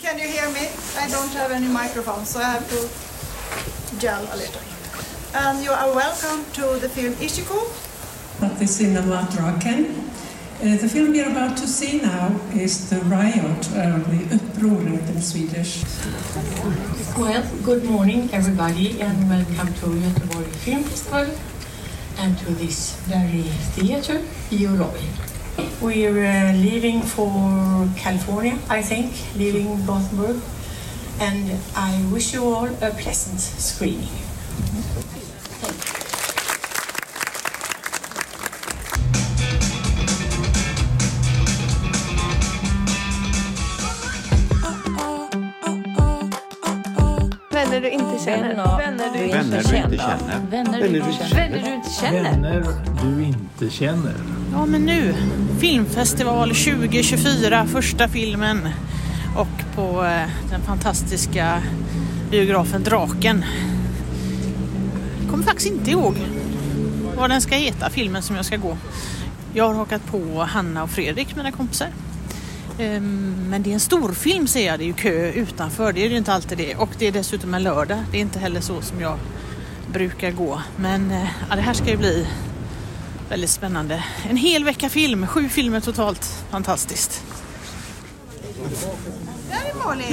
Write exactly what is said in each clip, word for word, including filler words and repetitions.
Can you hear me? I don't have any microphone, so I have to yell a little. And you are welcome to the film Ishiko. At the cinema Draken. Uh, the film you're about to see now is The Riot, uh, the upproret in Swedish. Well, good morning everybody and welcome to Göteborg Film Festival and to this very theater, Europe. We're uh, leaving for California, I think, leaving Gothenburg, and I wish you all a pleasant screening. Vänner du inte känner. Vänner du inte Vänner du inte känner. Vänner du inte känner. Vänner du inte känner. Vänner du inte känner. Ja, men nu, filmfestival tjugo tjugofyra, första filmen. Och på eh, den fantastiska biografen Draken. Jag kommer faktiskt inte ihåg vad den ska heta, filmen som jag ska gå. Jag har hakat på Hanna och Fredrik, mina kompisar. Men det är en stor film, ser jag. Det är ju kö utanför. Det är ju inte alltid det. Och det är dessutom en lördag. Det är inte heller så som jag brukar gå. Men ja, det här ska ju bli väldigt spännande. En hel vecka film. Sju filmer totalt. Fantastiskt. Där är Malin.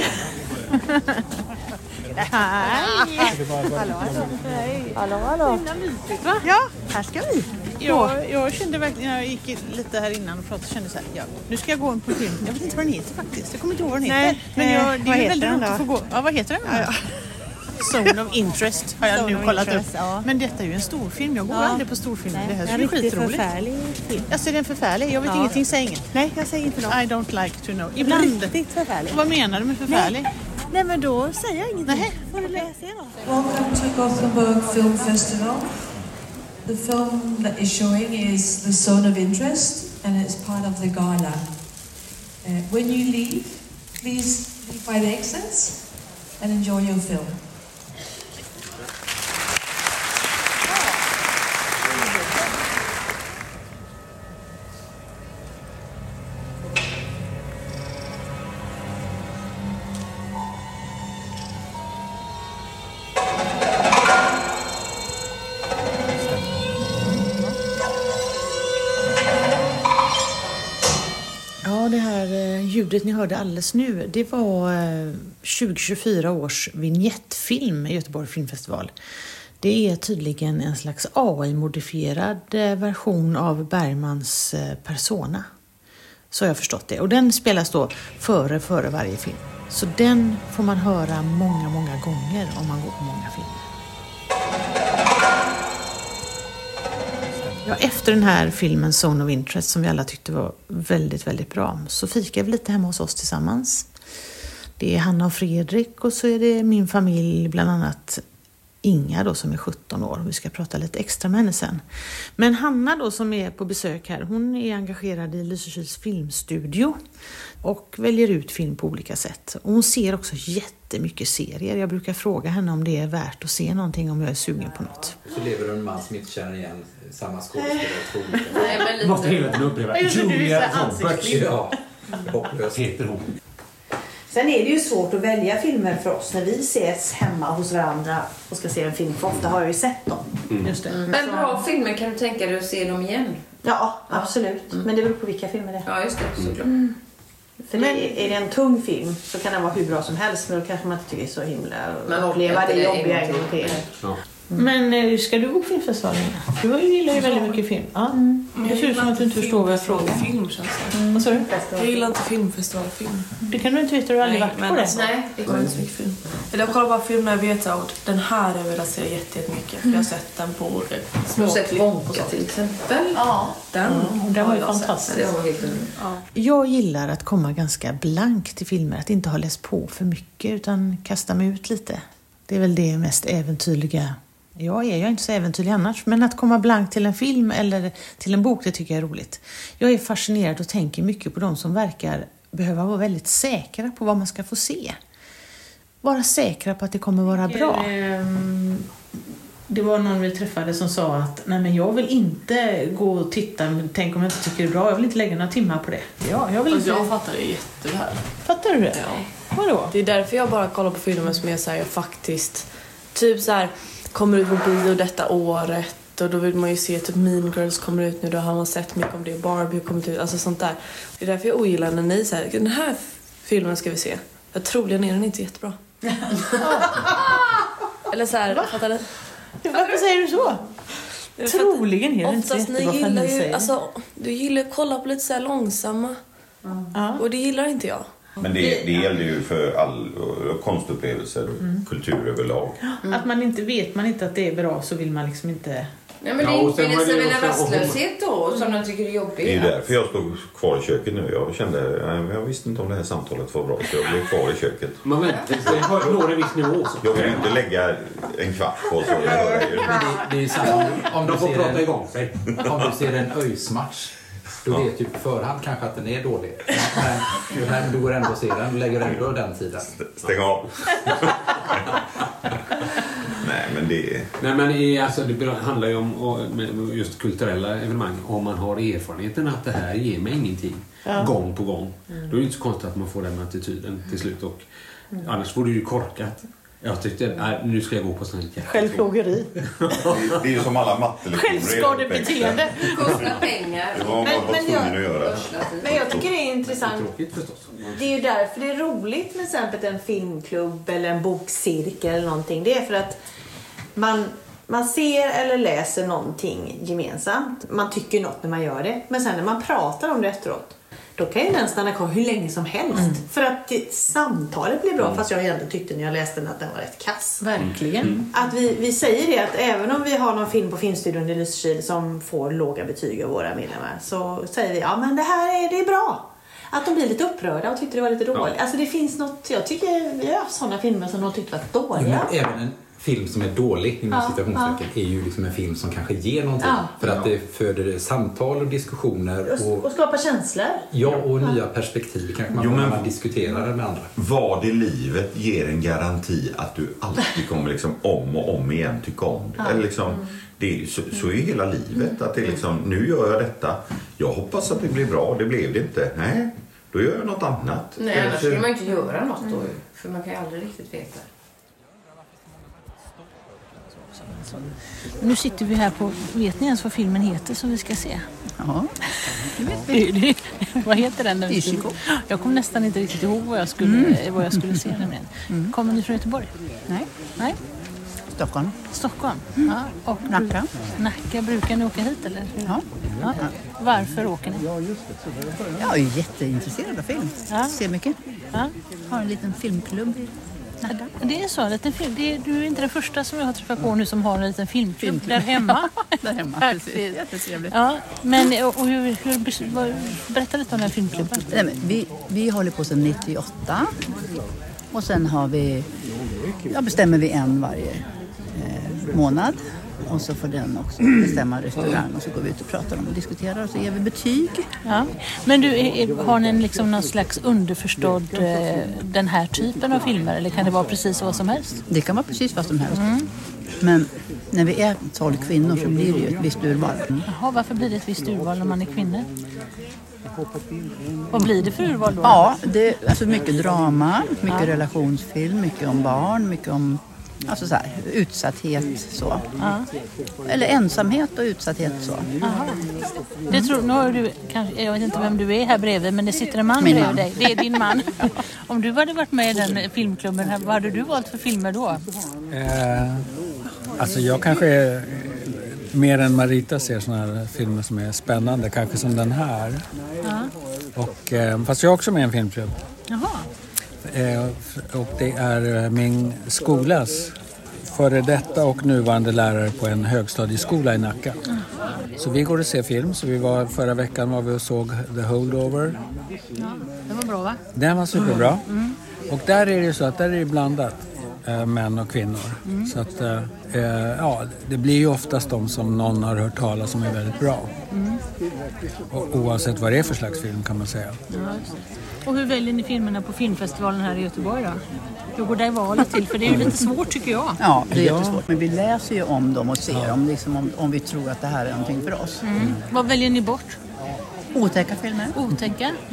Hej. Hallå, hallå. Hallå, hallå. Ja, här ska vi. Jag, jag kände verkligen, jag gick lite här innan och pratade och kände så här, ja, nu ska jag gå på en film. Jag vet inte vad den heter faktiskt. Jag kommer inte ihåg vad den heter. Nej, men jag, det vad är heter väldigt den roligt då? att få gå. Ja, vad heter den? Ja, ja. Zone of Interest har jag Zone nu of kollat Interest, upp. ja. Men detta är ju en stor film. Jag går Ja. aldrig på storfilmer. Nej, Det här en är ju riktigt skitroligt. förfärlig film. Alltså, är den förfärlig? Jag vet Ja. ingenting, säg inget. Nej, jag säger inte något. I don't like to know. Ibland. Riktigt förfärlig. Vad menar du med förfärlig? Nej. Nej, men då säger jag ingenting. Nej. Får du läsa igenom? Welcome to Gothenburg Film Festival. The film that is showing is The Zone of Interest, and it's part of the gala. Uh, when you leave, please leave by the exits and enjoy your film. Ja, det här eh, ljudet ni hörde alldeles nu, det var eh, tjugo tjugofyra års vignettfilm i Göteborg Filmfestival. Det är tydligen en slags A I-modifierad eh, version av Bergmans eh, Persona. Så har jag förstått det. Och den spelas då före, före varje film. Så den får man höra många, många gånger om man går på många filmer. Ja, efter den här filmen Zone of Interest, som vi alla tyckte var väldigt, väldigt bra, så fikade vi lite hemma hos oss tillsammans. Det är Hanna och Fredrik och så är det min familj, bland annat Inga då, som är sjutton år. Vi ska prata lite extra med henne sen. Men Hanna då, som är på besök här, hon är engagerad i Lysekils filmstudio och väljer ut film på olika sätt. Och hon ser också jättemycket serier. Jag brukar fråga henne om det är värt att se någonting, om jag är sugen på något. Så lever en man som inte känner igen samma skådespelare två olika. Nej, men lite... Måste hela tiden uppleva. Julia Roberts. Ja, hopplöst. Heter hon. Sen är det ju svårt att välja filmer för oss när vi ses hemma hos varandra och ska se en film. För ofta har jag ju sett dem. Mm. Just det. Mm. Men bra filmer, kan du tänka dig att se dem igen? Ja, absolut. Mm. Men det beror på vilka filmer det är. Ja, just det, såklart. Mm. För men, det, är det en tung film så kan den vara hur bra som helst. Men då kanske man inte tycker det är så himla men uppleva det jobbiga en gång till. Ja. Men ska du gå på filmfestivalen? Du gillar ju väldigt mycket film. Ja. Mm. Det ser ut som att du inte förstår vad jag frågar. Film, känns det. Mm. Vad sa du? Jag gillar inte filmfestivalfilm. Det kan du inte veta, du har aldrig varit men på det. alltså, Nej, det går inte så mycket film. Eller jag kollar bara filmer jag vet att den här har jag velat se jättemycket. För jag har sett den på Du har sett Wonka till exempel. Ja, den, mm. den var ju fantastisk. Det var helt ja. Jag gillar att komma ganska blank till filmer. Att inte ha läst på för mycket utan kasta mig ut lite. Det är väl det mest äventyrliga. Jag är, jag är inte så äventyrlig annars, men att komma blank till en film eller till en bok, det tycker jag är roligt. Jag är fascinerad och tänker mycket på de som verkar behöva vara väldigt säkra på vad man ska få se. Vara säkra på att det kommer vara bra. Det var någon vi träffade som sa att nej, men jag vill inte gå och titta, men tänk om jag inte tycker det är bra. Jag vill inte lägga några timmar på det. Ja, jag vill inte... Jag fattar det jätteväl. Fattar du det? Ja. Vadå? Det är därför jag bara kollar på filmer som är så här, jag faktiskt typ så här kommer ut på bio detta året. Och då vill man ju se typ Mean Girls kommer ut nu. Då har man sett mycket om det. Barbie kommer ut. Alltså sånt där. Det är därför jag ogillar när ni säger den här filmen ska vi se. Jag troligen är den inte jättebra. Eller så här, fattar ni? Varför säger du så? Troligen är den inte jättebra. Oftast ni gillar ju, alltså, du gillar att kolla på lite så här långsamma. Mm. Och det gillar inte jag. Men det, det gäller ju för all konstupplevelser och mm. kultur överlag. Mm. Att man inte vet man inte att det är bra så vill man liksom inte... Nej, men det infinner sig väl en rastlöshet då som de tycker är jobbig. Det är ju därför jag stod kvar i köket nu. Jag kände, jag visste inte om det här samtalet var bra så jag blev kvar i köket. Men vänta, det når en viss nivå. Så. Jag vill inte lägga en kvart på så. Det, det är samma, om de får prata igång sig. Om du ser en öjsmatch. Du ja. vet ju på förhand kanske att den är dålig. Men, men du går ändå och ser den och lägger ändå den tiden. Stäng av. Nej, men det... Nej, men i, alltså, det handlar ju om just kulturella evenemang. Om man har erfarenheten att det här ger mig ingenting ja. gång på gång. Mm. Då är det inte så konstigt att man får den attityden till slut. Och mm. annars vore det ju korkat. Jag tyckte, nej, nu ska jag gå på sån här jättefråga. Självplågeri. det, det är ju som alla mattelektioner. Självskadebeteende. Kostar pengar. Det var man var tvungen att göra. Men jag tycker det är intressant. Det är tråkigt förstås. Det är ju därför det är roligt med exempel en filmklubb eller en bokcirkel eller någonting. Det är för att man, man ser eller läser någonting gemensamt. Man tycker något när man gör det. Men sen när man pratar om det efteråt, då kan ju den stanna kvar hur länge som helst. Mm. För att det, samtalet blir bra. Mm. Fast jag ändå tyckte när jag läste den att den var rätt kass. Verkligen. Mm. Att vi, vi säger det att även om vi har någon film på Filmstudion i Lysekil som får låga betyg av våra medlemmar, så säger vi, ja men det här är, det är bra. Att de blir lite upprörda och tyckte det var lite dåligt. Ja. Alltså det finns något, jag tycker vi har haft sådana filmer som de tyckte var dåliga. Ja, även en film som är dålig inom ja, situationstecken ja. är ju liksom en film som kanske ger någonting. Ja. För att det föder samtal och diskussioner. Och, och skapar känslor. Ja, och ja. nya perspektiv kanske man, jo, men, man diskuterar med andra. Vad i livet ger en garanti att du alltid kommer liksom om och om igen tycka om det? Ja. Eller liksom, mm. det är, så, så är hela livet. Att det är liksom, nu gör jag detta. Jag hoppas att det blir bra. Det blev det inte. Nej, då gör jag något annat. Nej, annars skulle man inte göra något då. För man kan ju aldrig riktigt veta. Nu sitter vi här på, vet ni ens vad filmen heter som vi ska se? Ja, det vet vi. Vad heter den? Ishiko. Jag kom nästan inte riktigt ihåg vad jag skulle, mm. vad jag skulle se nämligen. Mm. Kommer ni från Göteborg? Nej. Nej. Stockholm. Stockholm? Mm. Ja. Och Nacka. Nacka, brukar ni åka hit eller? Ja. Ja. Varför åker ni? Jag är jätteintresserad av film. Ja. Ser mycket. Ja. Har en liten filmklubb i Nacka. Det är så, liten film. Det är, du är inte den första som jag har träffat på nu som har en liten filmklubb, filmklubb. där hemma. där hemma, precis. Jättetrevligt. Ja, men och hur, hur, berätta lite om den här filmklubben. Nej, men vi, vi håller på sedan nittioåtta. Och sen har vi, ja, bestämmer vi en varje eh, månad. Och så får den också bestämma restaurang. Och så går vi ut och pratar om och diskuterar. Och så ger vi betyg. Ja. Men du, är, har ni liksom någon slags underförstådd eh, den här typen av filmer? Eller kan det vara precis vad som helst? Det kan vara precis vad som helst. Mm. Men när vi är tolv kvinnor så blir det ju ett visst urval. Mm. Jaha, varför blir det ett visst urval när man är kvinnor? Vad blir det för urval då? Ja, det är alltså mycket drama, mycket ja. relationsfilm, mycket om barn, mycket om alltså så här, utsatthet så. Ja. Eller ensamhet och utsatthet så. Aha. Det tror, nu har du, kanske, jag vet inte vem du är här bredvid, men det sitter en man Min bredvid man. dig. Det är din man. Om du hade varit med i den filmklubben här, vad hade du valt för filmer då? Eh, alltså jag kanske är, mer än Marita ser såna här filmer som är spännande, kanske som den här. Ja. Och, eh, fast jag är också med i en filmklubb. Jaha. Eh, och det är min skolas före detta och nuvarande lärare på en högstadieskola i Nacka. Mm. Så vi går och ser film. Så vi var, förra veckan var vi och såg The Holdover. Ja, det var bra va? Den var superbra. Mm. Och där är det så att där är det blandat eh, män och kvinnor. Mm. Så att eh, ja, det blir ju oftast de som någon har hört talas som är väldigt bra. Mm. Och, oavsett vad det är för slags film kan man säga. Ja, och hur väljer ni filmerna på filmfestivalen här i Göteborg då? Hur går det valet till? För det är ju lite svårt tycker jag. Ja, det är jättesvårt. Men vi läser ju om dem och ser dem liksom om, om vi tror att det här är någonting för oss. Mm. Mm. Vad väljer ni bort? Otäcka filmer. Otäcka? Mm.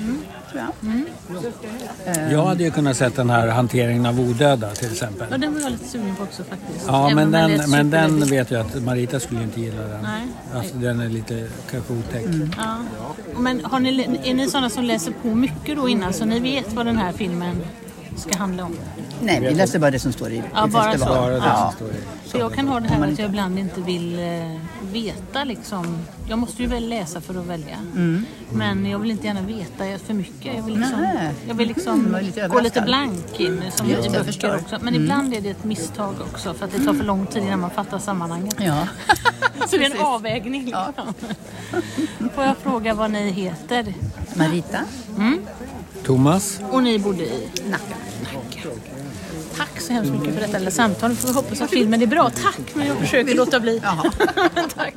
tror jag. Mm. Jag hade ju kunnat sett den här hanteringen av odöda till exempel. Ja, den var jag lite sugen på också faktiskt. Ja, Även men om den, men den superlätt. vet jag att Marita skulle inte gilla den. Nej. Alltså, den är lite kanske otäck. Mm. Ja. Men har ni, är ni sådana som läser på mycket då innan så ni vet vad den här filmen ska handla om? Nej, vi läser bara det som står i, Ja, i bara festivalen. så. Bara det Ja. som står i. Så jag kan ha det här att jag ibland inte vill eh, veta liksom. Jag måste ju väl läsa för att välja. Mm. Men jag vill inte gärna veta för mycket. Jag vill liksom, Nej. jag vill liksom Mm, var lite gå överraskad. lite blank in som Just i det, jag böcker förstår. också. Men Mm. ibland är det ett misstag också för att det tar för lång tid innan man fattar sammanhanget. Ja. Så det är en avvägning liksom. Får jag fråga vad ni heter? Marita. Mm. Thomas. Och ni bodde i Nacka. Nacka. Tack så hemskt mycket för detta lilla samtal. Får vi hoppas att filmen är bra. Tack, men jag försöker låta bli. Tack.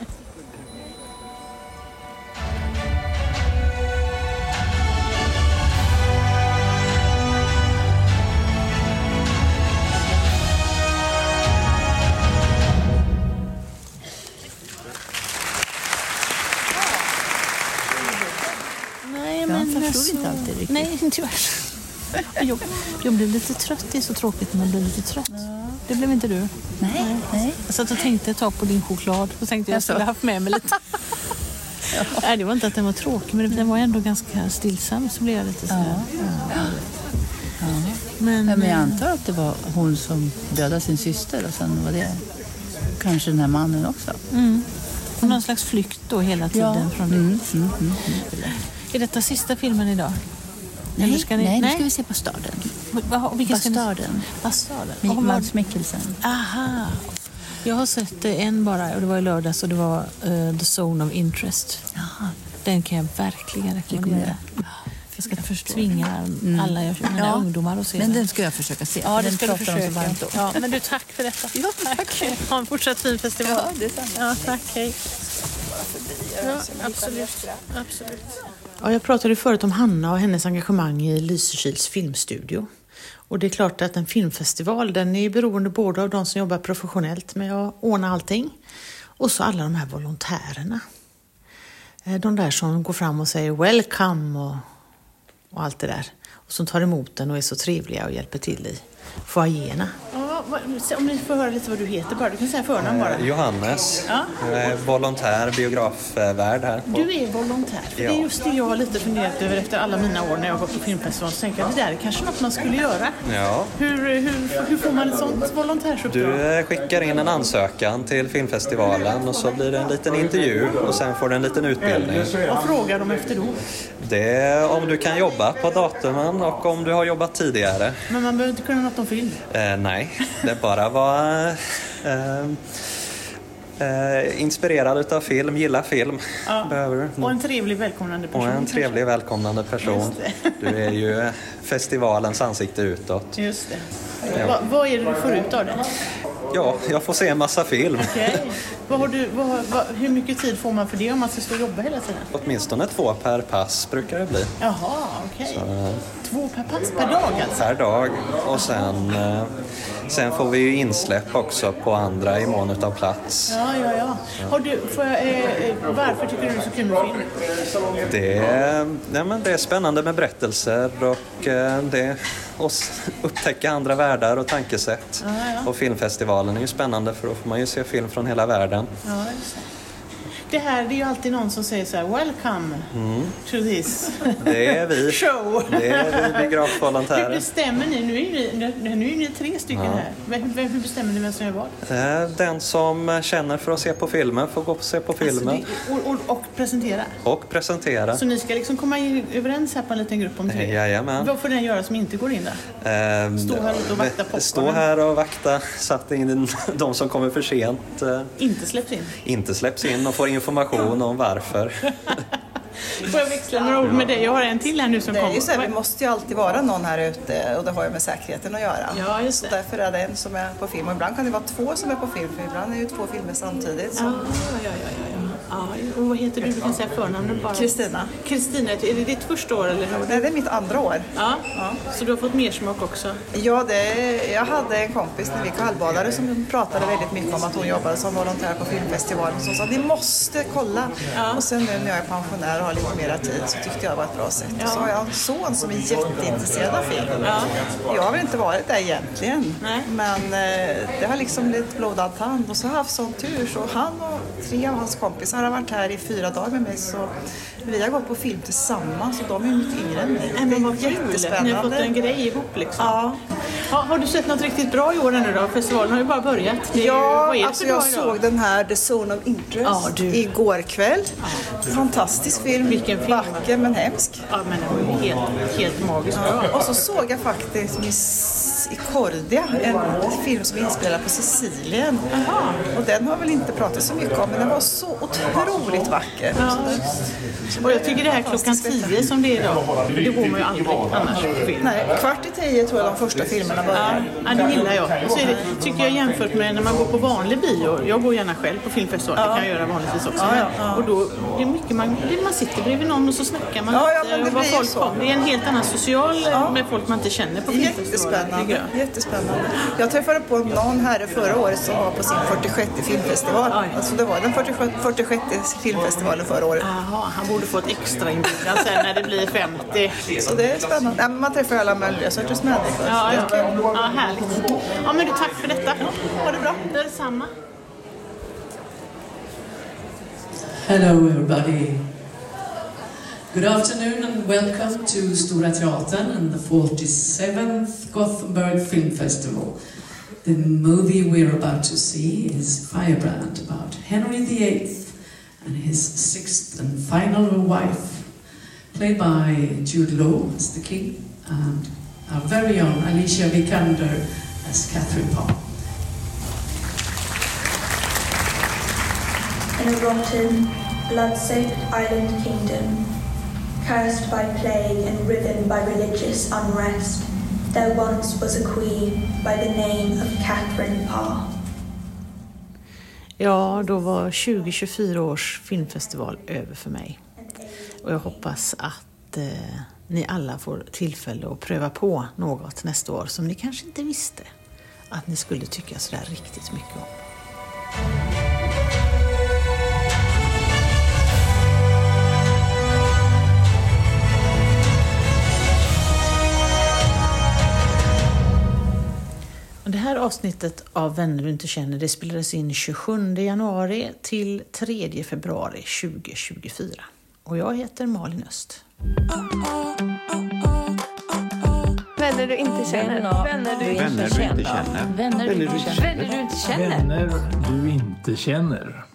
Nej, Jag men förstod alltså- inte alltid riktigt. Nej, inte jag. Jag, jag blev lite trött. Det är så tråkigt när man blir lite trött. Det blev inte du? Nej, nej. Jag satt och tänkte ett tag på din choklad. Och tänkte jag Jaså? skulle haft med mig lite. Nej, det var inte att den var tråkig, men den var ändå ganska stillsam. Så blev jag lite så här. Ja. Men, Ja, men jag antar att det var hon som dödade sin syster och sen var det kanske den här mannen också. Mm. Och någon slags flykt då hela tiden Ja. från det. Mm, mm, mm. Är detta sista filmen idag? Nej, Eller ska ni- nej, nu nej? ska vi se på staden. Va, vilken ska ni- Bastarden. Bastarden. Med Och vad- Mads Mikkelsen. Aha. Jag har sett eh, en bara och det var i lördags och det var eh, The Zone of Interest. Jaha. Den kan jag verkligen rekommendera. Jag ska tvinga Mm. alla jag, mina Ja, ungdomar att se men den. den ska jag försöka se. Ja, det den ska du pratar de så försöka. varmt om. Ja, men du, tack för detta. Ja, tack. Ha en fortsatt fin festival. Ja, det är sant. Ja, tack. Hej. Ja, absolut. absolut. Ja, jag pratade förut om Hanna och hennes engagemang i Lysekils filmstudio. Och det är klart att en filmfestival, den är beroende både av de som jobbar professionellt med att ordna allting och så alla de här volontärerna. Eh, De där som går fram och säger welcome och, och allt det där. Och som tar emot den och är så trevliga och hjälper till i foajéerna. Ja, om ni får höra lite vad du heter bara. Du kan säga förnamn bara. Eh, Johannes, Ja. jag är volontär, biografvärd här. På... Du är volontär. För Ja. Det är just det jag har lite funderat över efter alla mina år när jag var på filmfestival. Så tänkte jag att det där är kanske något man skulle göra. Ja. Hur, hur, hur får man ett sånt volontärsuppdrag? Du eh, skickar in en ansökan till filmfestivalen och så blir det en liten intervju och sen får du en liten utbildning. Vad frågar de efter då? Det är om du kan jobba på datumen och om du har jobbat tidigare. Men man behöver inte kunna något om film. Eh, nej, det bara var eh, eh, inspirerad utav film, gilla film. Ja. Behöver du. Och en trevlig välkomnande person. Och en kanske. trevlig välkomnande person. Just Du är ju festivalens ansikte utåt. Just det. Ja. Va, vad är det du får ut av det? Ja, jag får se en massa film. Okej. Vad har du, vad, vad, hur mycket tid får man för det om man ska stå och jobba hela tiden? Åtminstone två per pass brukar det bli. Jaha, okej. Så, Två per pass per dag alltså? per dag. Och sen, eh, sen får vi ju insläpp också på andra i mån utav plats. Ja, ja, ja. Har du, får jag, eh, eh, varför tycker du det är så kul med film? Det är, nej men det är spännande med berättelser och eh, det är att upptäcka andra världar och tankesätt. Ja, ja. Och filmfestivalen är ju spännande för då får man ju se film från hela världen. Ja, just det. Det här, det är ju alltid någon som säger så här: welcome Mm. to this Det är vi. show. Det är vi Hur biografvolontärer. bestämmer ni? Nu är ni, nu är ni tre stycken Ja. här. Vem- vem- Hur bestämmer ni vem som gör vad? Eh, Den som känner för att se på filmen får gå och se på filmen Alltså, det, och, och, och presentera. och presentera. Så ni ska liksom komma i- överens här på en liten grupp om tre? Jajamän. Vad får den göra som inte går in där? Ehm, Stå här ute och vakta popcornen. Stå här och vakta så att in de som kommer för sent eh, Inte släpps in? inte släpps in och får information om varför. Får jag växla några ord med dig? Jag har en till här nu som Det är kommer. ju så här, det måste ju alltid vara någon här ute och det har ju med säkerheten att göra. Ja, just det. Så därför är det en som är på film och ibland kan det vara två som är på film för ibland är ju två filmer samtidigt. Så. Ja, ja, ja, ja, ja. Ja, och vad heter du? Du kan säga förnamnet bara. Kristina. Kristina, är det ditt första år eller? Nej, det är mitt andra år. Ja, ja. Så du har fått mer smak också? Ja, det, jag hade en kompis när vi kallbadade som pratade väldigt mycket om att hon jobbade som volontär på filmfestivalen. Som sa, ni måste kolla. Ja. Och sen nu när jag är pensionär och har lite mer tid så tyckte jag det var ett bra sätt. Ja. Så har jag en son som är jätteintresserad av film. Ja. Jag har väl inte varit där egentligen. Nej. Men eh, det har liksom blivit blodad tand och så har jag haft sån tur. Så han och tre av hans kompisar har varit här i fyra dagar med mig. Så vi har gått på film tillsammans och de är mycket yngre än mig. Det var jättespännande. Ni har fått en grej ihop liksom. Ja. Ja, har du sett något riktigt bra i år nu då? Festivalen har ju bara börjat. Det ja, ju, alltså jag såg den här The Zone of Interest ja, du. igår kväll. Ja. Fantastisk film. Vilken film? Vacker men hemsk. Ja, men den var ju helt, helt magisk bra. Och så såg jag faktiskt Miss Icordia, en film som är inspelad på Sicilien. Aha. Och den har väl inte pratat så mycket om, men den var så otroligt vacker. Ja. Och jag tycker det här klockan tio som det är idag, det går man ju aldrig annars på film. Nej, kvart i tio tror jag de första filmerna börjar. Ja, det gillar jag. Så är det, tycker jag jämfört med när man går på vanlig bio. Jag går gärna själv på filmfestival, ja. Det kan jag göra vanligtvis också. Ja, ja, ja. Och då det är mycket man, man sitter bredvid någon och så snackar man ja, ja, lite. Det, vad folk så. Det är en helt annan social ja. med folk man inte känner på filmfestival. Jättespännande. Jättespännande. Jag träffade på någon här förra året som var på sin fyrtiosjätte filmfestival. Aj. Alltså det var den fyrtiosjätte filmfestivalen förra året. Jaha, han borde få ett extra inbjudan sen när det blir femtio. Så det är spännande. Ja, man träffar alla möjliga sorters människor. Ja, ja. Ja, härligt. Ja, men du, tack för detta. Ha det bra. Det är detsamma. Hello everybody. Good afternoon and welcome to Stora Teatern and the forty-seventh Gothenburg Film Festival. The movie we're about to see is Firebrand, about Henry the Eighth and his sixth and final wife, played by Jude Law as the king and our very own Alicia Vikander as Catherine Parr. In a rotten, blood-soaked island kingdom, cursed by plague and riven by religious unrest, there once was a queen by the name of Catherine Parr. Ja, då var tjugo tjugofyra års filmfestival över för mig. Och jag hoppas att eh, ni alla får tillfälle att pröva på något nästa år som ni kanske inte visste att ni skulle tycka så där riktigt mycket om. Det här avsnittet av Vänner du inte känner, det spelades in tjugosjunde januari till tredje februari tjugo tjugofyra. Och jag heter Malin Öst. Vänner du inte känner. Vänner du inte känner. Vänner du inte känner. Vänner du inte känner. Vänner du inte känner.